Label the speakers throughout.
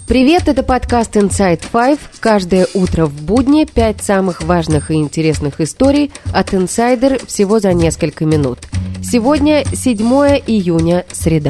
Speaker 1: Привет, это подкаст Inside Five. Каждое утро в будни 5 самых важных и интересных историй от Insider всего за несколько минут. Сегодня 7 июня, среда.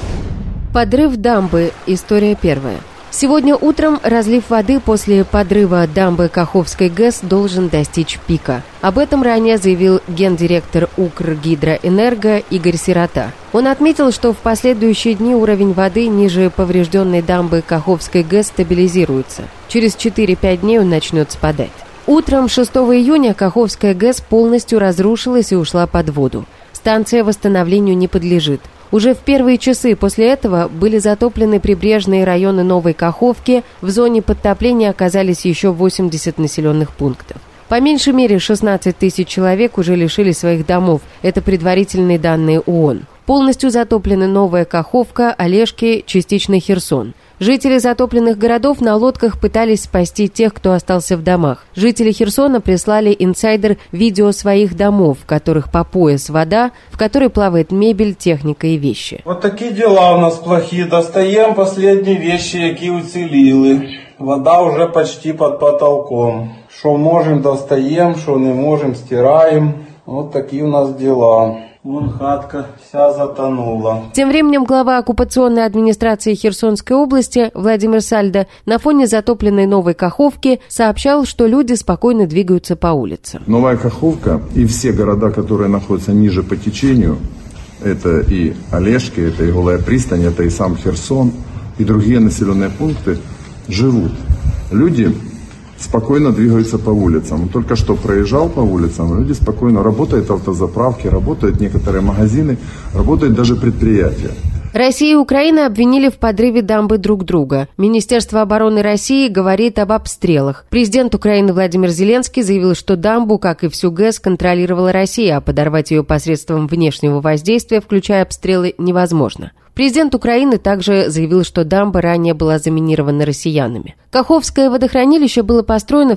Speaker 1: Подрыв дамбы. История первая. Сегодня утром разлив воды после подрыва дамбы Каховской ГЭС должен достичь пика. Об этом ранее заявил гендиректор Укргидроэнерго Игорь Сирота. Он отметил, что в последующие дни уровень воды ниже поврежденной дамбы Каховской ГЭС стабилизируется. Через 4-5 дней он начнет спадать. Утром 6 июня Каховская ГЭС полностью разрушилась и ушла под воду. Станция восстановлению не подлежит. Уже в первые часы после этого были затоплены прибрежные районы Новой Каховки, в зоне подтопления оказались еще 80 населенных пунктов. По меньшей мере 16 тысяч человек уже лишились своих домов, это предварительные данные ООН. Полностью затоплены Новая Каховка, Олешки, частично Херсон. Жители затопленных городов на лодках пытались спасти тех, кто остался в домах. Жители Херсона прислали инсайдер видео своих домов, в которых по пояс вода, в которой плавает мебель, техника и вещи.
Speaker 2: Вот такие дела у нас плохие. Достаем последние вещи, які уцеліли. Вода уже почти под потолком. Что можем, достаем, что не можем, стираем. Вот такие у нас дела. Вон хатка вся затонула.
Speaker 1: Тем временем глава оккупационной администрации Херсонской области Владимир Сальдо на фоне затопленной Новой Каховки сообщал, что люди спокойно двигаются по улицам.
Speaker 3: Новая Каховка и все города, которые находятся ниже по течению, это и Олешки, это и Голая пристань, это и сам Херсон, и другие населенные пункты, живут. Люди спокойно двигаются по улицам. Только что проезжал по улицам, люди спокойно, работают автозаправки, работают некоторые магазины, работают даже предприятия.
Speaker 1: Россия и Украина обвинили в подрыве дамбы друг друга. Министерство обороны России говорит об обстрелах. Президент Украины Владимир Зеленский заявил, что дамбу, как и всю ГЭС, контролировала Россия, а подорвать ее посредством внешнего воздействия, включая обстрелы, невозможно. Президент Украины также заявил, что дамба ранее была заминирована россиянами. Каховское водохранилище было построено в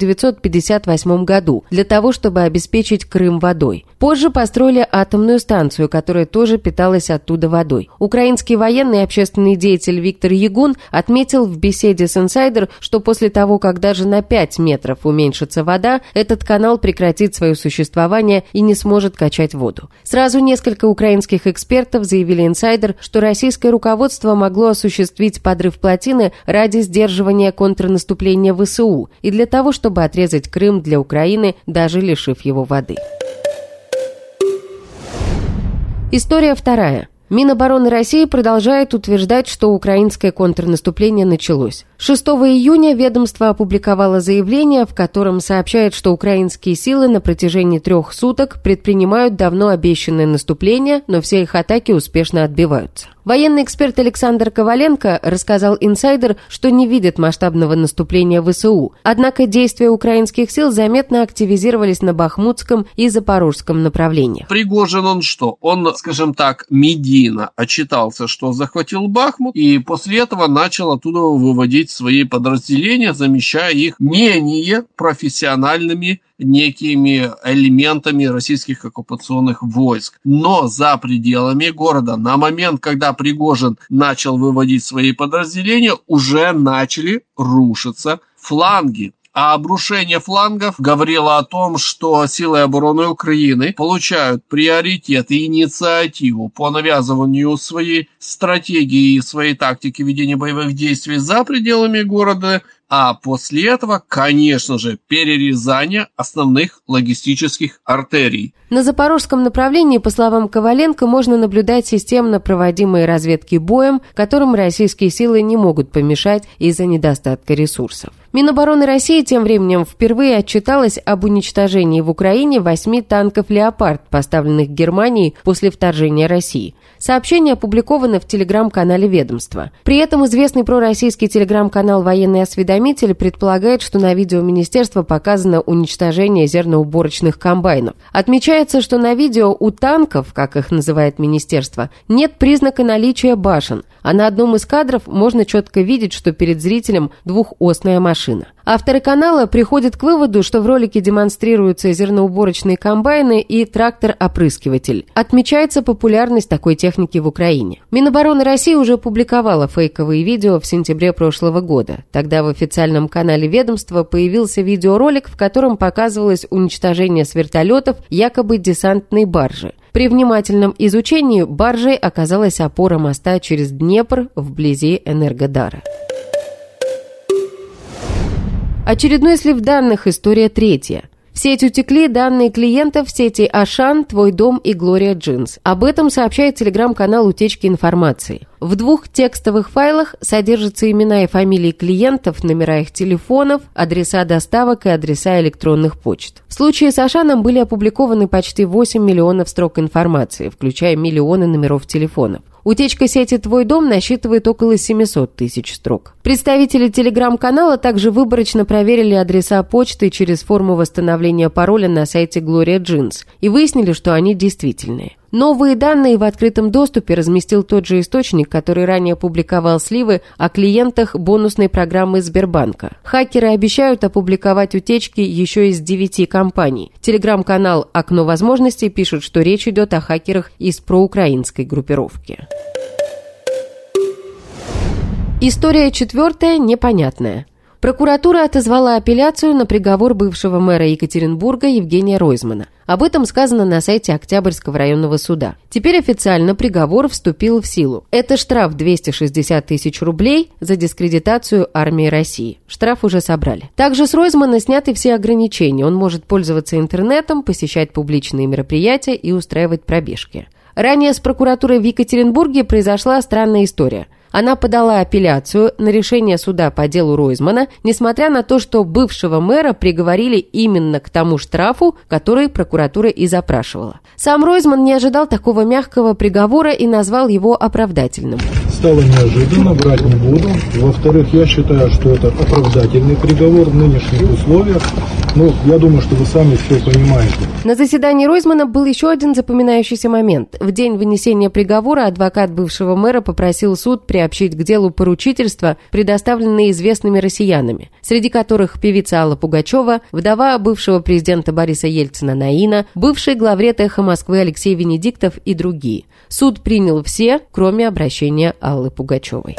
Speaker 1: 1958 году для того, чтобы обеспечить Крым водой. Позже построили атомную станцию, которая тоже питалась оттуда водой. Украинский военный и общественный деятель Виктор Ягун отметил в беседе с Insider, что после того, как даже на 5 метров уменьшится вода, этот канал прекратит свое существование и не сможет качать воду. Сразу несколько украинских экспертов заявили Insider, что российское руководство могло осуществить подрыв плотины ради сдерживания контрнаступления ВСУ и для того, чтобы отрезать Крым для Украины, даже лишив его воды. История вторая. Минобороны России продолжает утверждать, что украинское контрнаступление началось. 6 июня ведомство опубликовало заявление, в котором сообщает, что украинские силы на протяжении 3 суток предпринимают давно обещанное наступление, но все их атаки успешно отбиваются. Военный эксперт Александр Коваленко рассказал Insider, что не видит масштабного наступления ВСУ. Однако действия украинских сил заметно активизировались на Бахмутском и Запорожском направлениях.
Speaker 4: Пригожин он что? Он, скажем так, медийно отчитался, что захватил Бахмут, и после этого начал оттуда выводить свои подразделения, замещая их менее профессиональными некими элементами российских оккупационных войск. Но за пределами города на момент, когда Пригожин начал выводить свои подразделения, уже начали рушиться фланги. А обрушение флангов говорило о том, что силы обороны Украины получают приоритет и инициативу по навязыванию своей стратегии и своей тактики ведения боевых действий за пределами города, а после этого, конечно же, перерезание основных логистических артерий.
Speaker 1: На запорожском направлении, по словам Коваленко, можно наблюдать системно проводимые разведки боем, которым российские силы не могут помешать из-за недостатка ресурсов. Минобороны России тем временем впервые отчиталась об уничтожении в Украине 8 танков «Леопард», поставленных Германией после вторжения России. Сообщение опубликовано в телеграм-канале ведомства. При этом известный пророссийский телеграм-канал «Военный осведомитель» предполагает, что на видео министерства показано уничтожение зерноуборочных комбайнов. Отмечается, что на видео у танков, как их называет министерство, нет признака наличия башен. а на одном из кадров можно четко видеть, что перед зрителем двухосная машина. Авторы канала приходят к выводу, что в ролике демонстрируются зерноуборочные комбайны и трактор-опрыскиватель. Отмечается популярность такой техники в Украине. Минобороны России уже публиковала фейковые видео в сентябре прошлого года. Тогда в официальном канале ведомства появился видеоролик, в котором показывалось уничтожение с вертолетов якобы десантной баржи. При внимательном изучении баржей оказалась опора моста через Днепр вблизи Энергодара. Очередной слив данных, история третья. В сеть утекли данные клиентов сети Ашан, Твой дом и Глория Джинс. Об этом сообщает телеграм-канал утечки информации. В 2 текстовых файлах содержатся имена и фамилии клиентов, номера их телефонов, адреса доставок и адреса электронных почт. В случае с Ашаном были опубликованы почти 8 миллионов строк информации, включая миллионы номеров телефонов. Утечка сети «Твой дом» насчитывает около 700 тысяч строк. Представители телеграм-канала также выборочно проверили адреса почты через форму восстановления пароля на сайте Gloria Jeans и выяснили, что они действительные. Новые данные в открытом доступе разместил тот же источник, который ранее публиковал сливы о клиентах бонусной программы Сбербанка. Хакеры обещают опубликовать утечки еще из 9 компаний. Телеграм-канал «Окно возможностей» пишет, что речь идет о хакерах из проукраинской группировки. История 4 непонятная. Прокуратура отозвала апелляцию на приговор бывшего мэра Екатеринбурга Евгения Ройзмана. Об этом сказано на сайте Октябрьского районного суда. Теперь официально приговор вступил в силу. Это штраф 260 тысяч рублей за дискредитацию армии России. Штраф уже собрали. Также с Ройзмана сняты все ограничения. Он может пользоваться интернетом, посещать публичные мероприятия и устраивать пробежки. Ранее с прокуратурой в Екатеринбурге произошла странная история. Она подала апелляцию на решение суда по делу Ройзмана, несмотря на то, что бывшего мэра приговорили именно к тому штрафу, который прокуратура и запрашивала. Сам Ройзман не ожидал такого мягкого приговора и назвал его оправдательным.
Speaker 5: Стало неожиданно, врать не буду. Во-вторых, я считаю, что это оправдательный приговор в нынешних условиях. Я думаю, что вы сами все понимаете.
Speaker 1: На заседании Ройзмана был еще один запоминающийся момент. В день вынесения приговора адвокат бывшего мэра попросил суд приобщить к делу поручительства, предоставленные известными россиянами, среди которых певица Алла Пугачева, вдова бывшего президента Бориса Ельцина Наина, бывший главред «Эхо Москвы» Алексей Венедиктов и другие. Суд принял все, кроме обращения Аллы Пугачевой.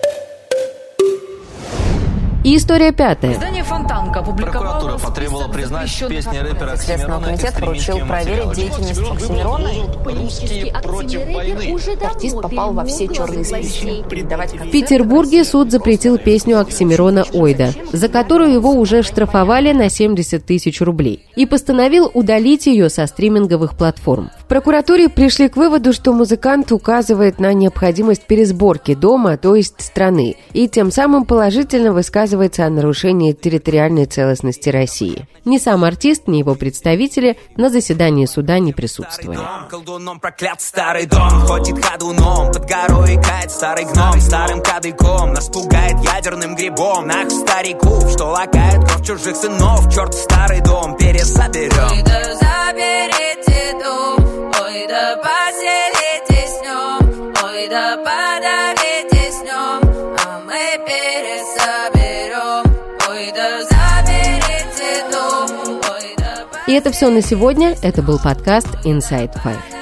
Speaker 1: И история 5.
Speaker 6: Издание «Фонтанка» опубликовало...
Speaker 7: Прокуратура потребовала признать песни рэпера
Speaker 6: Следственный комитет поручил проверить деятельность Оксимирона.
Speaker 7: «Русские против войны».
Speaker 6: Артист попал во все черные списки.
Speaker 1: В Петербурге суд запретил песню Оксимирона «Ойда», за которую его уже штрафовали на 70 тысяч рублей, и постановил удалить ее со стриминговых платформ. В прокуратуре пришли к выводу, что музыкант указывает на необходимость пересборки дома, то есть страны, и тем самым положительно высказывается о нарушении территориальной целостности России. Ни сам артист, ни его представители на заседании суда не присутствовали.
Speaker 8: Колдуном проклят старый дом, ходит ходуном, под горой икает старый гном, старым кадыком нас пугает ядерным грибом. Нах стариков, что лакает кровь чужих сынов, черт старый дом пересоберем.
Speaker 9: Ой, да заберите дом, ой, да поселитесь в нем, ой, да подарите с нем, а мы пересоберем. Ой, да заберите дом, ой, да...
Speaker 1: И это все на сегодня. Это был подкаст Inside Five.